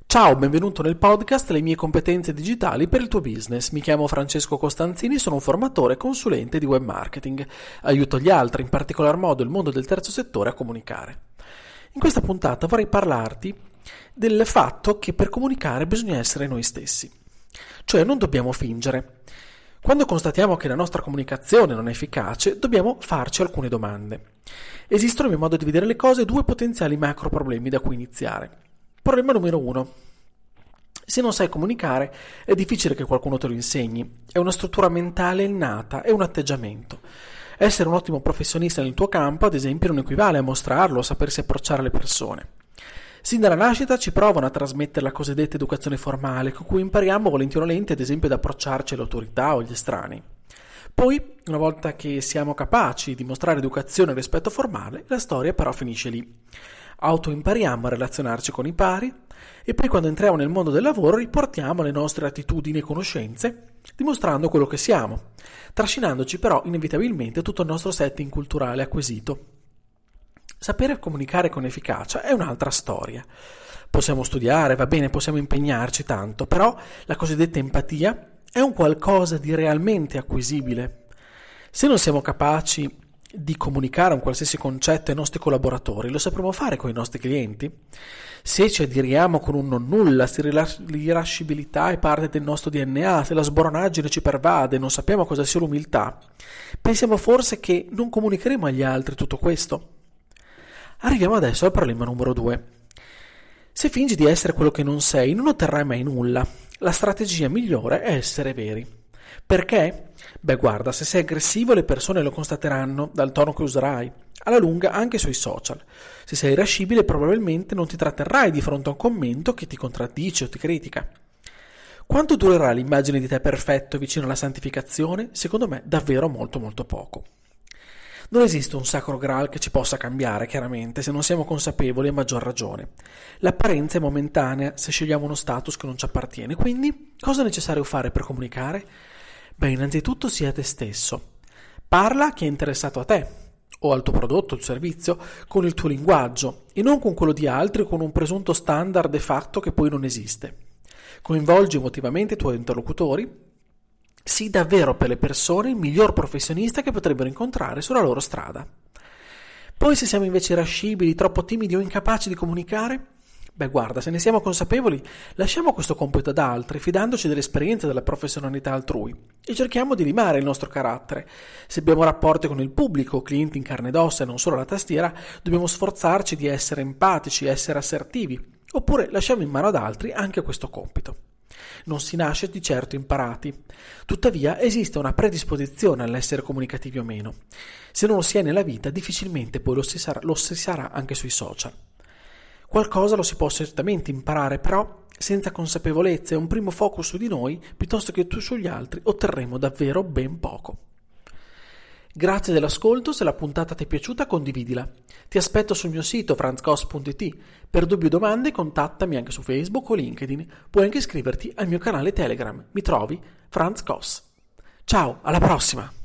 Ciao, benvenuto nel podcast Le mie competenze digitali per il tuo business. Mi chiamo Francesco Costanzini, sono un formatore e consulente di web marketing. Aiuto gli altri, in particolar modo il mondo del terzo settore, a comunicare. In questa puntata vorrei parlarti del fatto che per comunicare bisogna essere noi stessi. Cioè non dobbiamo fingere. Quando constatiamo che la nostra comunicazione non è efficace, dobbiamo farci alcune domande. Esistono, a mio modo di vedere le cose, due potenziali macro problemi da cui iniziare. Problema numero 1. Se non sai comunicare, è difficile che qualcuno te lo insegni. È una struttura mentale innata, è un atteggiamento. Essere un ottimo professionista nel tuo campo, ad esempio, non equivale a mostrarlo, a sapersi approcciare alle persone. Sin dalla nascita ci provano a trasmettere la cosiddetta educazione formale, con cui impariamo volenti o nolenti, ad esempio, ad approcciarci alle autorità o agli estranei. Poi, una volta che siamo capaci di mostrare educazione e rispetto formale, la storia però finisce lì. Autoimpariamo a relazionarci con i pari e poi quando entriamo nel mondo del lavoro riportiamo le nostre attitudini e conoscenze dimostrando quello che siamo, trascinandoci però inevitabilmente tutto il nostro setting culturale acquisito. Sapere comunicare con efficacia è un'altra storia. Possiamo studiare, va bene, possiamo impegnarci tanto, però la cosiddetta empatia è un qualcosa di realmente acquisibile. Se non siamo capaci di comunicare un qualsiasi concetto ai nostri collaboratori, lo sapremo fare con i nostri clienti? Se ci adiriamo con un non nulla, se l'irascibilità è parte del nostro DNA, se la sboronaggine ci pervade e non sappiamo cosa sia l'umiltà, pensiamo forse che non comunicheremo agli altri tutto questo? Arriviamo adesso al problema numero 2. Se fingi di essere quello che non sei, non otterrai mai nulla. La strategia migliore è essere veri. Perché? Beh, guarda, se sei aggressivo le persone lo constateranno dal tono che userai, alla lunga anche sui social. Se sei irascibile probabilmente non ti tratterrai di fronte a un commento che ti contraddice o ti critica. Quanto durerà l'immagine di te perfetto vicino alla santificazione? Secondo me davvero molto molto poco. Non esiste un sacro graal che ci possa cambiare, chiaramente, se non siamo consapevoli a maggior ragione. L'apparenza è momentanea se scegliamo uno status che non ci appartiene, quindi cosa è necessario fare per comunicare? Beh, innanzitutto sia te stesso. Parla a chi è interessato a te, o al tuo prodotto o al servizio, con il tuo linguaggio, e non con quello di altri o con un presunto standard de facto che poi non esiste. Coinvolgi emotivamente i tuoi interlocutori. Sii davvero per le persone il miglior professionista che potrebbero incontrare sulla loro strada. Poi se siamo invece irascibili, troppo timidi o incapaci di comunicare, beh guarda, se ne siamo consapevoli, lasciamo questo compito ad altri, fidandoci dell'esperienza e della professionalità altrui e cerchiamo di limare il nostro carattere. Se abbiamo rapporti con il pubblico, clienti in carne ed ossa e non solo alla tastiera, dobbiamo sforzarci di essere empatici, essere assertivi, oppure lasciamo in mano ad altri anche questo compito. Non si nasce di certo imparati, tuttavia esiste una predisposizione all'essere comunicativi o meno. Se non lo si è nella vita, difficilmente poi lo si sarà anche sui social. Qualcosa lo si può certamente imparare, però senza consapevolezza e un primo focus su di noi, piuttosto che sugli altri, otterremo davvero ben poco. Grazie dell'ascolto, se la puntata ti è piaciuta condividila. Ti aspetto sul mio sito franzcos.it. Per dubbi o domande contattami anche su Facebook o LinkedIn. Puoi anche iscriverti al mio canale Telegram. Mi trovi Franz Cos. Ciao, alla prossima!